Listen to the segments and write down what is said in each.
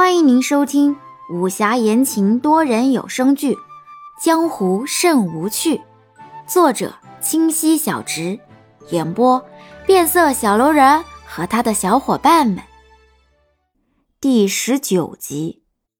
欢迎您收听武侠言情多人有声剧《江湖甚无趣》，作者清溪小直，演播变色小楼人和他的小伙伴们。第19集。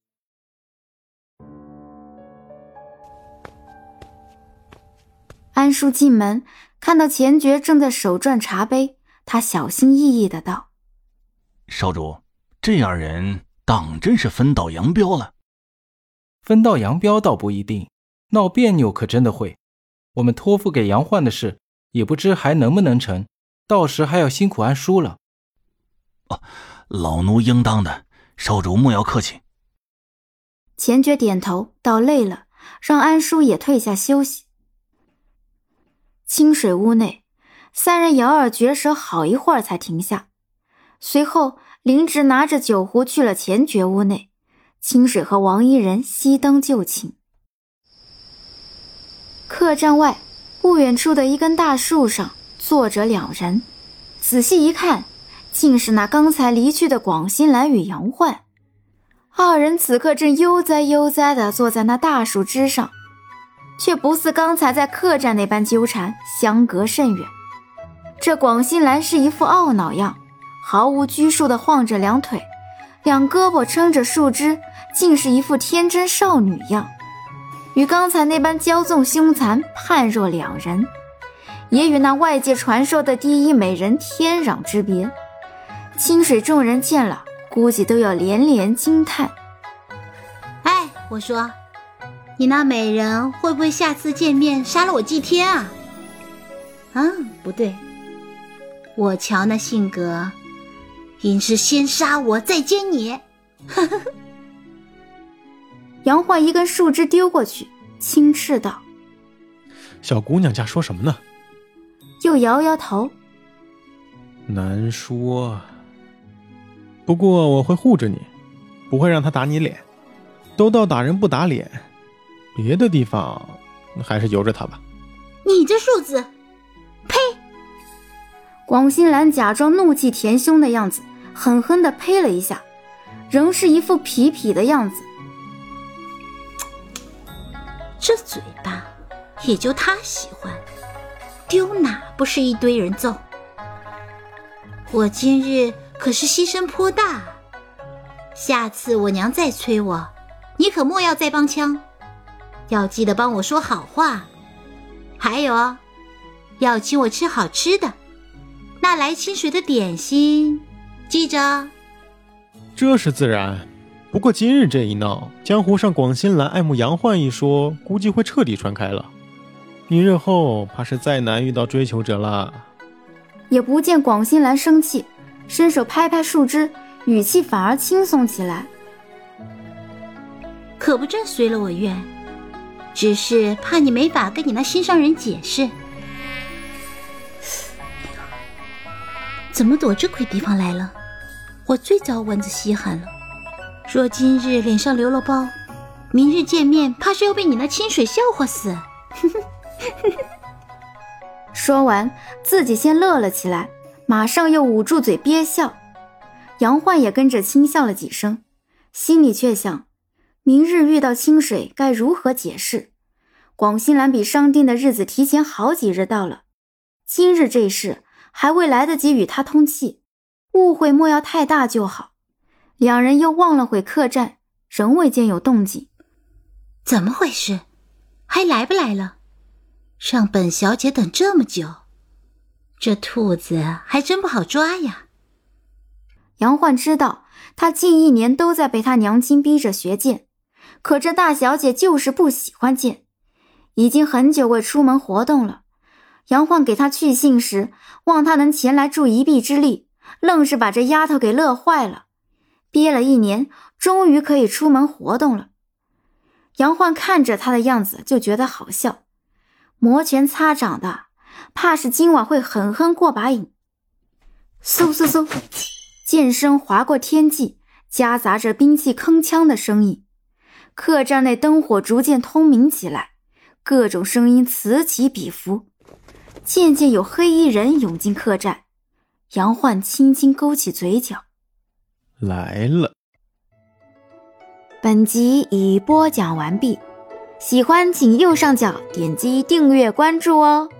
安叔进门，看到钱爵正在手转茶杯，他小心翼翼的道： 少主，这样人当真是分道扬镳了。 分道扬镳倒不一定，闹别扭可真的会。我们托付给杨焕的事，也不知还能不能成，到时还要辛苦安叔了。 老奴应当的，少主莫要客气。 钱爵点头道累了，让安叔也退下休息。清水屋内，三人咬耳绝舌好一会儿才停下。随后林直拿着酒壶去了钱爵屋内，清水和王一人熄灯就寝。客栈外不远处的一根大树上坐着两人，仔细一看，竟是那刚才离去的广兴兰与杨焕。二人此刻正悠哉悠哉地坐在那大树枝上，却不似刚才在客栈那般纠缠，相隔甚远。这广兴兰是一副懊恼样，毫无拘束地晃着两腿，两胳膊撑着树枝，竟是一副天真少女样，与刚才那般骄纵凶残判若两人，也与那外界传说的第一美人天壤之别。清水众人见了，估计都要连连惊叹。 哎，我说你那美人会不会下次见面杀了我祭天啊？不对，我瞧那性格应是先杀我再奸你。 杨焕一根树枝丢过去，轻斥道： 小姑娘家说什么呢？ 又摇摇头： 难说，不过我会护着你，不会让她打你脸。都到打人不打脸，别的地方还是由着她吧。 你这庶子，呸！ 广兴兰假装怒气填胸的样子，狠狠地呸了一下，仍是一副痞痞的样子。 这嘴巴也就他喜欢，丢哪不是一堆人揍。我今日可是牺牲颇大，下次我娘再催我，你可莫要再帮腔，要记得帮我说好话。还有要请我吃好吃的，那来清水的点心记着。 这是自然，不过今日这一闹，江湖上广兴兰爱慕杨焕一说估计会彻底传开了，你日后怕是再难遇到追求者了。 也不见广兴兰生气，伸手拍拍树枝，语气反而轻松起来。 可不正随了我愿，只是怕你没法跟你那心上人解释。怎么躲这鬼地方来了？我最遭蚊子稀罕了。若今日脸上留了包，明日见面怕是要被你那清水笑话死。 说完自己先乐了起来，马上又捂住嘴憋笑。杨焕也跟着轻笑了几声，心里却想，明日遇到清水该如何解释。广兴兰比商定的日子提前好几日到了，今日这事还未来得及与他通气，误会莫要太大就好。两人又望了会客栈，仍未见有动静。 怎么回事？还来不来了？让本小姐等这么久，这兔子还真不好抓呀。 杨焕知道他近1年都在被他娘亲逼着学剑，可这大小姐就是不喜欢剑，已经很久未出门活动了。杨焕给他去信时，望他能前来助一臂之力，愣是把这丫头给乐坏了。憋了1年，终于可以出门活动了。杨焕看着他的样子就觉得好笑，摩拳擦掌的，怕是今晚会狠狠过把瘾。嗖嗖嗖，剑声划过天际，夹杂着兵器铿锵的声音。客栈内灯火逐渐通明起来，各种声音此起彼伏。渐渐有黑衣人涌进客栈，杨焕轻轻勾起嘴角。 来了。 本集已播讲完毕，喜欢请右上角点击订阅关注哦。